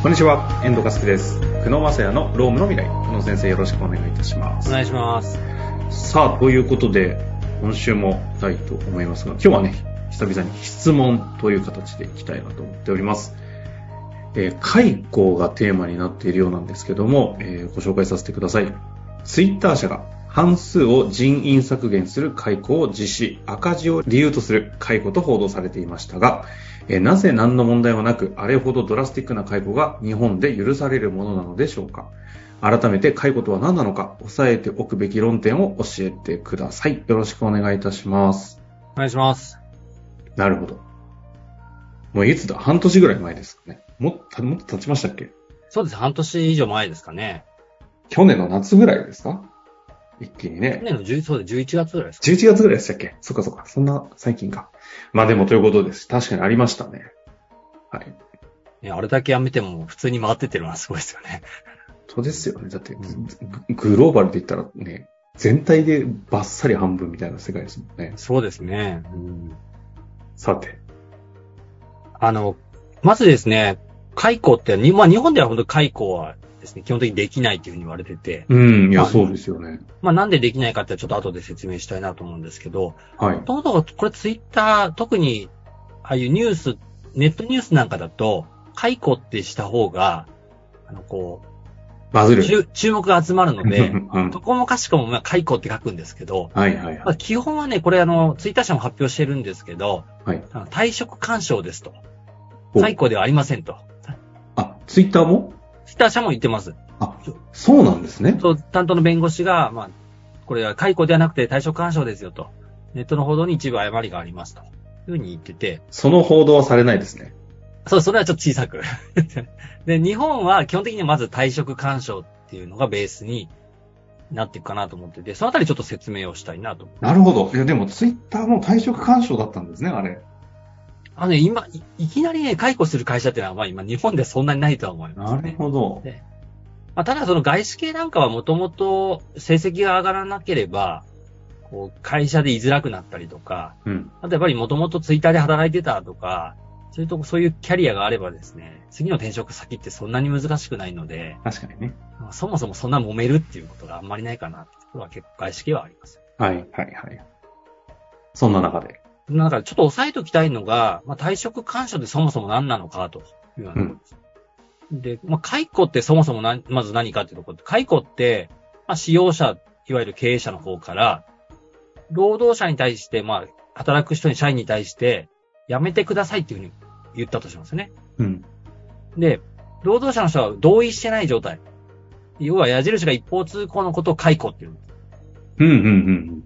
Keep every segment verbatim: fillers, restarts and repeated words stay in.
こんにちは、遠藤和樹です。久野正也のロームの未来。久野先生、よろしくお願いいたします。 お願いします。 さあ、ということで、今週も行きたいと思いますが、今日はね、久々に質問という形でいきたいなと思っております。えー、解雇がテーマになっているようなんですけども、えー、ご紹介させてください。ツイッター社が半数を人員削減する解雇を実施、赤字を理由とする解雇と報道されていましたが、えー、なぜ何の問題もなく、あれほどドラスティックな解雇が日本で許されるものなのでしょうか。改めて解雇とは何なのか、押さえておくべき論点を教えてください。よろしくお願いいたします。 お願いします。 なるほど。もういつだ半年ぐらい前ですかね。もっと、もっと経ちましたっけ？ そうです。半年以上前ですかね。 去年の夏ぐらいですか？一気にね。 去年のじゅう、そうでじゅういちがつぐらいですか、 じゅういちがつぐらいでしたっけ？そっかそっか。そんな最近か。まあでもということです。確かにありましたね。はい。 ね、あれだけやめても普通に回ってってるのはすごいですよね。 そうですよね。だって、うん、グローバルで言ったらね、全体でバッサリ半分みたいな世界ですもんね。 そうですね。うん、 さて。 あの、まずですね、解雇って、まあ日本では本当に解雇はですね、基本的にできないというふうに言われてて。 うん、いや、まあ、そうですよね。 まあなんでできないかってちょっと後で説明したいなと思うんですけど、 はい。 もともとこれツイッター、特にああいうニュース、ネットニュースなんかだと、解雇ってした方が、あの、こう、 バズる。 注目が集まるので、 うん、 どこもかしこもまあ解雇って書くんですけど、 はいはいはい。 まあ、基本はね、これあの、ツイッター社も発表してるんですけど、 はい。 退職勧奨ですと。解雇ではありませんと。 あ、ツイッターも？ ツイッター社も言ってます。 あ、そうなんですね。 そう、担当の弁護士が、まあ、これは解雇ではなくて退職勧奨ですよと。ネットの報道に一部誤りがありますと。いうふうに言ってて。 その報道はされないですね。 そう、それはちょっと小さく。で、日本は基本的にはまず退職勧奨っていうのがベースになっていくかなと思ってて、そのあたりちょっと説明をしたいなと。 なるほど。いや、でもツイッターも退職勧奨だったんですね、あれ。 あのね、今、い, いきなりね、解雇する会社っていうのは、まあ今日本でそんなにないとは思います、ね。 なるほど。 まあ、ただその外資系なんかはもともと成績が上がらなければ、こう、会社で居づらくなったりとか、 うん。 あとやっぱりもともとツイッターで働いてたとか、そういうとこ、そういうキャリアがあればですね、次の転職先ってそんなに難しくないので、 確かにね。 まあ、そもそもそんな揉めるっていうことがあんまりないかなっていうところは結構外資系はあります。 はい、はい、はい。そんな中で。 なんかちょっと押さえておきたいのが、まあ、退職勧奨ってそもそも何なのかというようなことです。うん、で、まあ、解雇ってそもそもな、まず何かっていうところで、解雇って、まあ、使用者、いわゆる経営者の方から、労働者に対して、まあ、働く人に社員に対して、辞めてくださいっていうふうに言ったとしますね。 うん。で、 労働者の人は同意してない状態。要は矢印が一方通行のことを解雇っていうんです。 うん、うん、うん。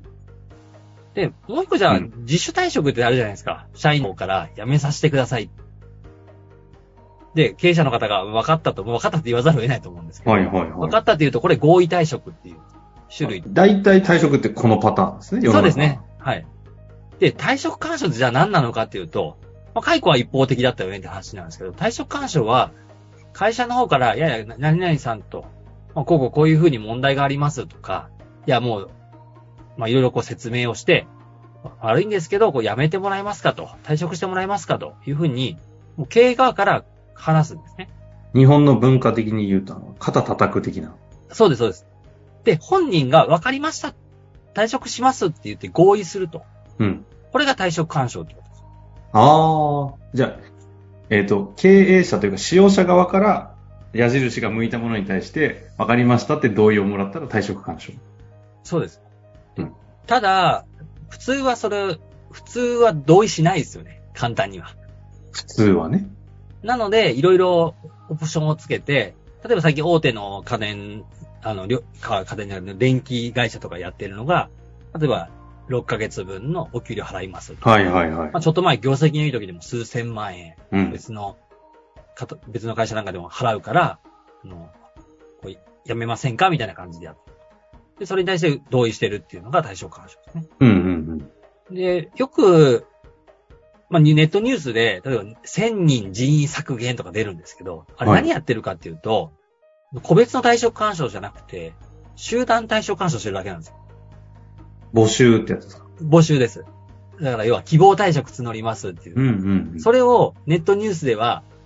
で、もう一個じゃあ、うん、自主退職ってあるじゃないですか。社員の方から辞めさせてください。で、経営者の方が分かったと、分かったって言わざるを得ないと思うんですけど。はいはいはい。分かったって言うと、これ合意退職っていう種類。 大体退職ってこのパターンですね。 そうですね。はい。で、退職勧奨ってじゃあ何なのかっていうと、まあ、解雇は一方的だったよねって話なんですけど、退職勧奨は、会社の方から、いやいや、何々さんと、まあ、こうこうこういうふうに問題がありますとか、いやもう、まあいろいろこう説明をして、悪いんですけど、こう辞めてもらえますかと、退職してもらえますかというふうに、もう経営側から話すんですね。 日本の文化的に言うと、肩叩く的な。 そうです、そうです。で、本人が分かりました。退職しますって言って合意すると。 うん。 これが退職勧奨ってことです。 ああ。じゃあ、えっと、経営者というか使用者側から矢印が向いたものに対して、分かりましたって同意をもらったら退職勧奨。 そうです。 うん。 ただ、普通はそれ、普通は同意しないですよね。簡単には。 普通はね。 なので、いろいろオプションをつけて、例えば最近大手の家電、あの、家電じゃなくて電気会社とかやってるのが、例えばろっかげつぶんのお給料払います。 はいはいはい。 まあ、ちょっと前業績のいい時でも数千万円、 うん、 別の、別の会社なんかでも払うから、あのこうやめませんかみたいな感じでやってる。で、それに対して同意してるっていうのが退職勧奨ですね。 うんうんうん。で、よく、まあ、ネットニュースで、例えばせんにん人員削減とか出るんですけど、あれ何やってるかっていうと、はい、個別の退職勧奨じゃなくて、集団退職勧奨してるだけなんですよ。 募集ってやつですか？ 募集です。だから要は希望退職募りますっていう。 うんうんうん、 それをネットニュースでは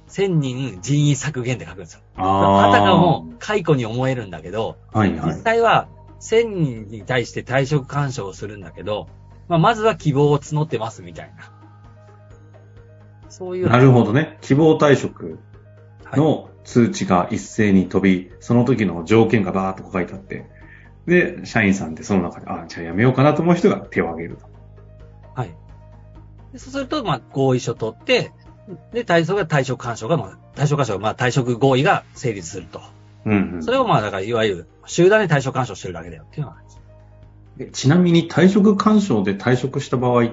せんにん人員削減って書くんですよ。 ああたかも解雇に思えるんだけど、 はいはい。 実際はせんにんに対して退職勧奨をするんだけど、まあ、まずは希望を募ってますみたいな。そういう。 なるほどね。希望退職の通知が一斉に飛び、その時の条件がバーっと書いてあって、で、社員さんでその中で、あ、じゃあやめようかなと思う人が手を挙げると。 はい。でそうすると、まあ、合意書取って、で、退職が退職勧奨が、まあ、退職勧奨が、まあ、退職合意が成立すると。 うんうん、 それをまあ、だから、いわゆる、集団で退職勧奨してるだけだよっていうのがあります。 でちなみに退職勧奨で退職した場合って、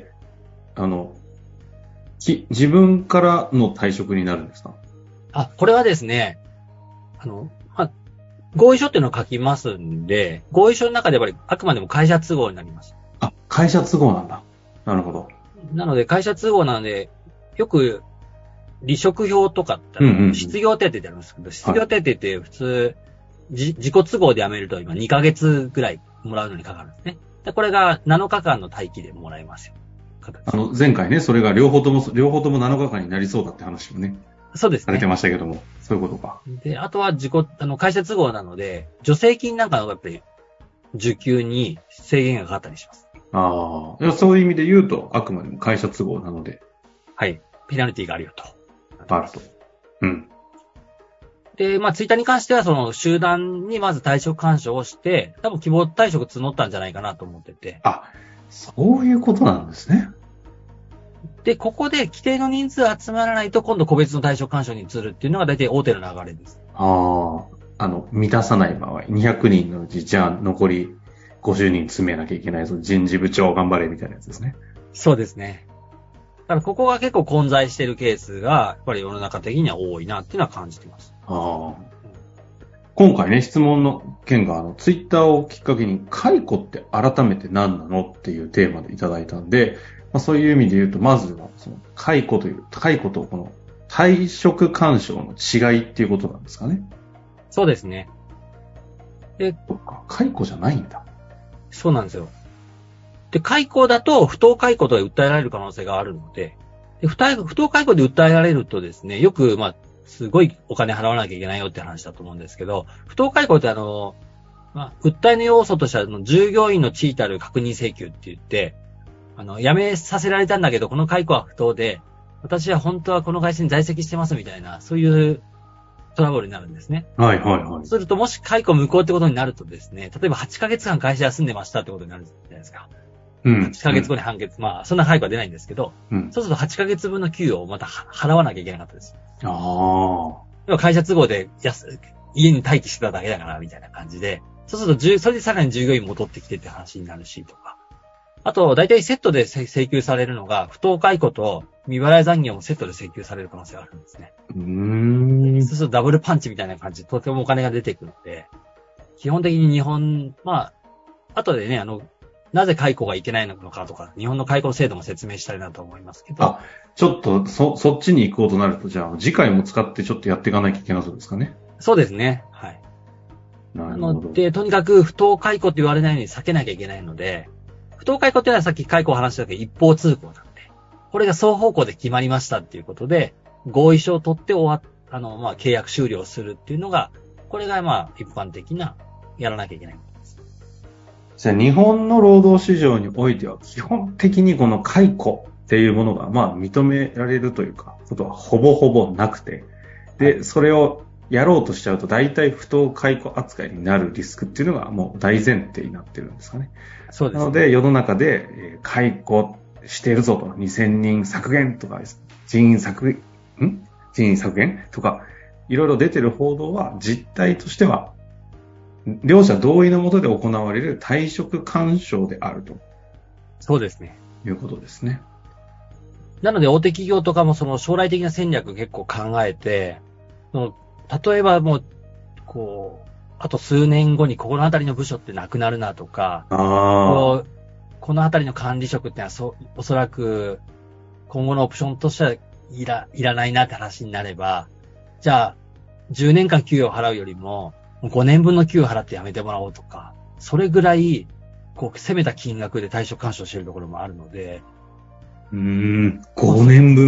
あの、き自分からの退職になるんですか？ あ、これはですね、あの、まあ、合意書っていうのを書きますんで、合意書の中でやっぱりあくまでも会社都合になります。 あ、会社都合なんだ。なるほど。 なので、会社都合なので、よく、離職表とかって、 うんうんうん、 失業手当ってありますけど、失業手当って普通、じ自己都合で辞めると今にかげつぐらいもらうのにかかるんですね。でこれがなのかかんの待機でもらえますよ。 あの、前回ね、それが両方とも、両方ともなのかかんになりそうだって話もね。 そうですね。 されてましたけども、そういうことか。 で、あとは自己、あの、会社都合なので、助成金なんかのやっぱり、受給に制限がかかったりします。 ああ、そういう意味で言うと、あくまでも会社都合なので。 はい。ペナルティがあるよと。 あると。うん。 で、まあ、ツイッターに関しては、その、集団にまず退職勧奨をして、多分希望退職募ったんじゃないかなと思ってて。 あ、そういうことなんですね。 で、ここで規定の人数集まらないと、今度個別の退職勧奨に移るっていうのが大体大手の流れです。 ああ、あの、満たさない場合、にひゃくにんのうち、じゃあ残りごじゅうにん詰めなきゃいけないぞ、人事部長頑張れみたいなやつですね。 そうですね。だからここが結構混在しているケースが、やっぱり世の中的には多いなっていうのは感じています。 ああ。今回ね、質問の件が、あの、ツイッターをきっかけに、解雇って改めて何なのっていうテーマでいただいたんで、まあ、そういう意味で言うと、まずは、その、解雇という、解雇とこの、退職勧奨の違いっていうことなんですかね。 そうですね。で、 そっか、解雇じゃないんだ。 そうなんですよ。で、解雇だと、不当解雇と訴えられる可能性があるので、で不当、不当解雇で訴えられるとですね、よく、まあ、すごいお金払わなきゃいけないよって話だと思うんですけど、不当解雇ってあの、まあ、訴えの要素としては、従業員の地位たる確認請求って言って、あの、辞めさせられたんだけど、この解雇は不当で、私は本当はこの会社に在籍してますみたいな、そういうトラブルになるんですね。 はいはいはい。 そうすると、もし解雇無効ってことになるとですね、例えばはちかげつかん会社休んでましたってことになるじゃないですか。うん。はちかげつごに判決、うん、まあ、そんな解雇は出ないんですけど、うん、そうするとはちかげつぶんの給与をまた払わなきゃいけなかったです。 ああ。 要は会社都合で安家に待機してただけだから、みたいな感じで、そうすると、それでさらに従業員戻ってきてって話になるし、とか。あと、大体セットで請求されるのが、不当解雇と未払い残業もセットで請求される可能性があるんですね。 うーん。 そうするとダブルパンチみたいな感じでとてもお金が出てくるので、基本的に日本、まあ、後でね、あの、なぜ解雇がいけないのかとか、日本の解雇制度も説明したいなと思いますけど。あ、 ちょっと、そ、そっちに行こうとなると、じゃあ、次回も使ってちょっとやっていかなきゃいけないそうですかね。 そうですね。はい。なるほど。なので、とにかく不当解雇って言われないように避けなきゃいけないので、不当解雇っていうのはさっき解雇を話したけど一方通行なんで、これが双方向で決まりましたっていうことで、合意書を取って終わっ、あの、まあ、契約終了するっていうのが、これがまあ、一般的な、やらなきゃいけないことです。 じゃあ、日本の労働市場においては、基本的にこの解雇っていうものが、まあ、認められるというか、ことはほぼほぼなくて、で、はい、それをやろうとしちゃうと、大体不当解雇扱いになるリスクっていうのがもう大前提になってるんですかね。 そうですね。 なので、世の中で、えー、解雇してるぞと、にせんにん削減とか、人員削減、ん人員削減とか、いろいろ出てる報道は、実態としては、両者同意のもとで行われる退職勧奨であると。 そうですね。 いうことですね。 なので、大手企業とかもその将来的な戦略結構考えて、その例えばもう、こう、あと数年後にここのあたりの部署ってなくなるなとか、 あこ, このあたりの管理職ってのはそおそらく今後のオプションとしてはいら、いらないなって話になれば、じゃあじゅうねんかん給与を払うよりもごねんぶんの給与を払ってやめてもらおうとか、それぐらいこう攻めた金額で退職勧奨しているところもあるので、 うーん、ごねんぶん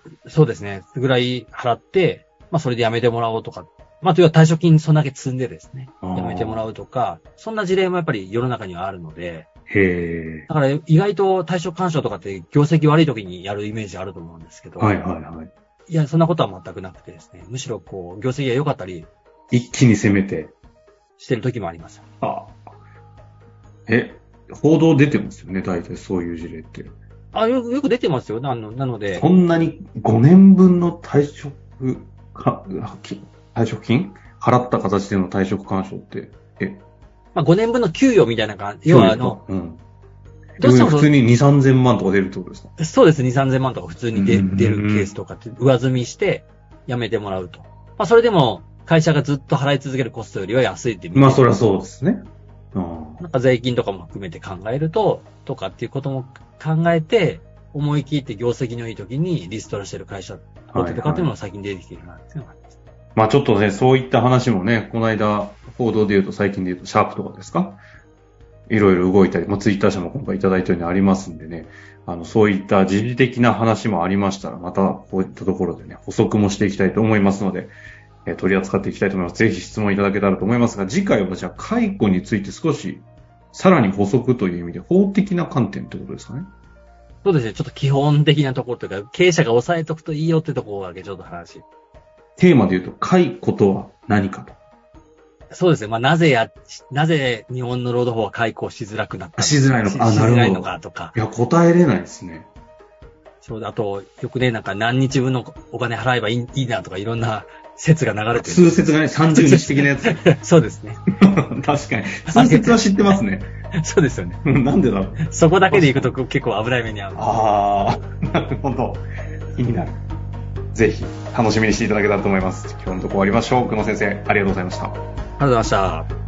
そうですね。ぐらい払って、まあそれで辞めてもらおうとか、まあというか退職金そんだけ積んでですね、辞めてもらうとか、そんな事例もやっぱり世の中にはあるので、 へだから意外と退職勧奨とかって業績悪い時にやるイメージあると思うんですけど、 はいはいはい。 いや、そんなことは全くなくてですね、むしろこう、業績が良かったり、 一気に攻めて。 してる時もあります。 あえ、報道出てますよね、大体そういう事例って。 あ、よく、よく出てますよ。なの、なので。 そんなにごねんぶんの退職か、退職金払った形での退職勧奨って、えまあごねんぶんの給与みたいな感じ。要はあの、 うん。 どうしても普通にに、さんぜんまんとか出るってことですか？ そうです。に、さんぜんまんとか普通に出、出るケースとかって上積みして辞めてもらうと。まあそれでも会社がずっと払い続けるコストよりは安いって見て。 まあそりゃそうですね。うん、 なんか税金とかも含めて考えると、とかっていうことも考えて、思い切って業績のいい時にリストラしてる会社、大手とかっていうのが先に出てきているなっていうのがあります。 まあちょっとね、そういった話もね、この間、報道で言うと最近で言うとシャープとかですか？いろいろ動いたり、まあツイッター社も今回いただいたようにありますんでね、あの、そういった時事的な話もありましたら、またこういったところでね、補足もしていきたいと思いますので、えー、取り扱っていきたいと思います。ぜひ質問いただけたらと思いますが、次回はじゃあ解雇について少し、さらに補足という意味で法的な観点ってことですかね？ そうですね。ちょっと基本的なところというか、経営者が抑えとくといいよってところだけちょっと話。 テーマで言うと、解雇とは何かと。 そうですね。まあ、なぜや、なぜ日本の労働法は解雇しづらくなったのか。 しづらいのか。 あ、なるほど。しづらいのかとか。 いや、答えれないですね。 そうだ、あと、よくね、なんか何日分のお金払えばいい、いいなとかいろんな説が流れてる。 通説がね、さんじゅうにち的なやつ。 そうですね。 確かに。通説は知ってますね。 そうですよね。 なんでだろう。 そこだけで行くと結構危ない目に遭う。 ああ、なるほど。気になる。ぜひ、楽しみにしていただけたらと思います。今日のところ終わりましょう。久野先生、ありがとうございました。 ありがとうございました。